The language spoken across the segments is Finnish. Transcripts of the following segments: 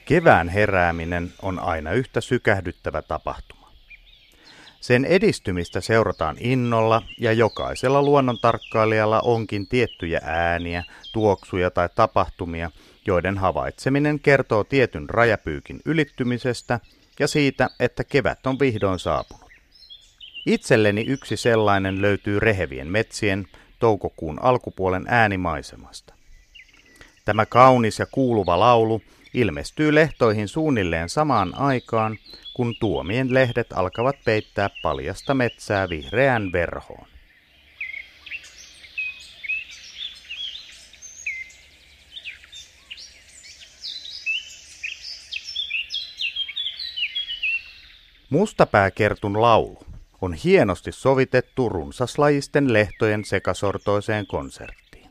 Kevään herääminen on aina yhtä sykähdyttävä tapahtuma. Sen edistymistä seurataan innolla ja jokaisella luonnontarkkailijalla onkin tiettyjä ääniä, tuoksuja tai tapahtumia, joiden havaitseminen kertoo tietyn rajapyykin ylittymisestä ja siitä, että kevät on vihdoin saapunut. Itselleni yksi sellainen löytyy rehevien metsien toukokuun alkupuolen äänimaisemasta. Tämä kaunis ja kuuluva laulu ilmestyy lehtoihin suunnilleen samaan aikaan, kun tuomien lehdet alkavat peittää paljasta metsää vihreään verhoon. Mustapääkertun laulu on hienosti sovitettu runsaslajisten lehtojen sekasortoiseen konserttiin.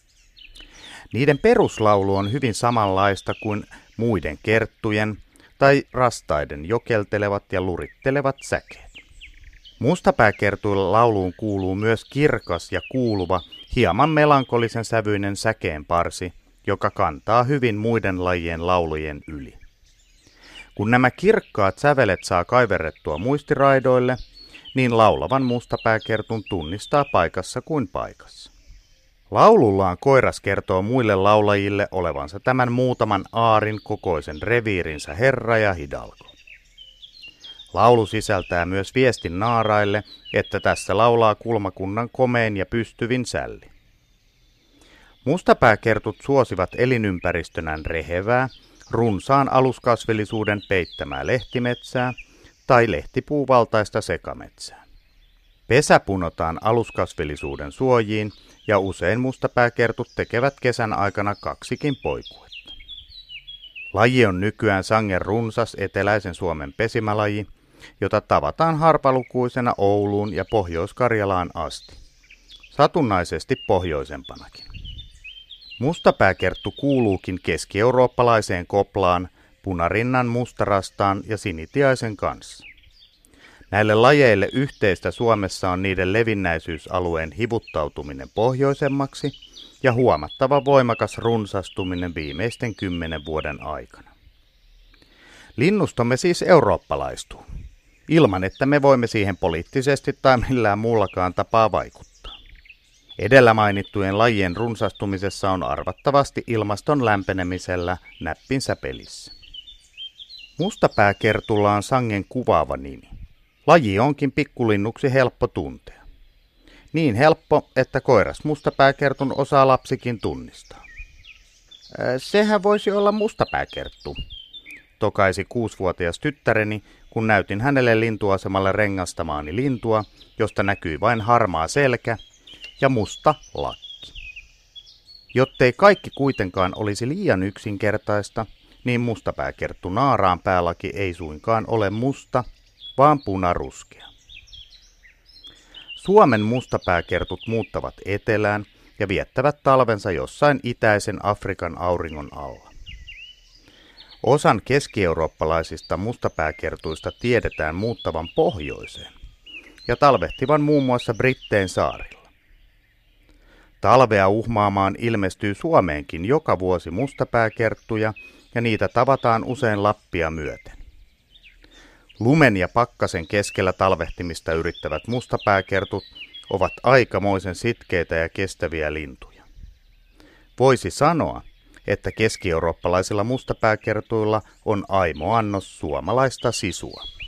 Niiden peruslaulu on hyvin samanlaista kuin muiden kerttujen tai rastaiden jokeltelevat ja lurittelevat säkeet. Mustapääkertuilla lauluun kuuluu myös kirkas ja kuuluva, hieman melankolisen sävyinen säkeenparsi, joka kantaa hyvin muiden lajien laulujen yli. Kun nämä kirkkaat sävelet saa kaiverrettua muistiraidoille, niin laulavan mustapääkertun tunnistaa paikassa kuin paikassa. Laulullaan koiras kertoo muille laulajille olevansa tämän muutaman aarin kokoisen reviirinsä herra ja hidalgo. Laulu sisältää myös viestin naaraille, että tässä laulaa kulmakunnan komein ja pystyvin sälli. Mustapääkertut suosivat elinympäristönään rehevää, runsaan aluskasvillisuuden peittämää lehtimetsää tai lehtipuuvaltaista sekametsää. Pesä punotaan aluskasvillisuuden suojiin ja usein mustapääkertut tekevät kesän aikana kaksikin poikuetta. Laji on nykyään sangen runsas eteläisen Suomen pesimälaji, jota tavataan harpalukuisena Ouluun ja Pohjois-Karjalaan asti. Satunnaisesti pohjoisempanakin. Mustapääkerttu kuuluukin keski-eurooppalaiseen koplaan, punarinnan, mustarastaan ja sinitiaisen kanssa. Näille lajeille yhteistä Suomessa on niiden levinnäisyysalueen hivuttautuminen pohjoisemmaksi ja huomattava voimakas runsastuminen viimeisten 10 vuoden aikana. Linnustomme siis eurooppalaistuu, ilman että me voimme siihen poliittisesti tai millään muullakaan tapaa vaikuttaa. Edellä mainittujen lajien runsastumisessa on arvattavasti ilmaston lämpenemisellä näppinsä pelissä. Mustapääkertulla on sangen kuvaava nimi. Laji onkin pikkulinnuksi helppo tuntea. Niin helppo, että koiras mustapääkertun osaa lapsikin tunnistaa. Sehän voisi olla mustapääkerttu, tokaisi 6-vuotias tyttäreni, kun näytin hänelle lintuasemalle rengastamaani lintua, josta näkyi vain harmaa selkä ja musta lakki. Jottei kaikki kuitenkaan olisi liian yksinkertaista, niin mustapääkerttu naaraan päälaki ei suinkaan ole musta, vaan punaruskea. Suomen mustapääkertut muuttavat etelään ja viettävät talvensa jossain itäisen Afrikan auringon alla. Osan keski-eurooppalaisista mustapääkertuista tiedetään muuttavan pohjoiseen ja talvehtivan muun muassa Brittein saarilla. Talvea uhmaamaan ilmestyy Suomeenkin joka vuosi mustapääkerttuja ja niitä tavataan usein Lappia myöten. Lumen ja pakkasen keskellä talvehtimista yrittävät mustapääkertut ovat aikamoisen sitkeitä ja kestäviä lintuja. Voisi sanoa, että keski-eurooppalaisilla mustapääkertuilla on aimo annos suomalaista sisua.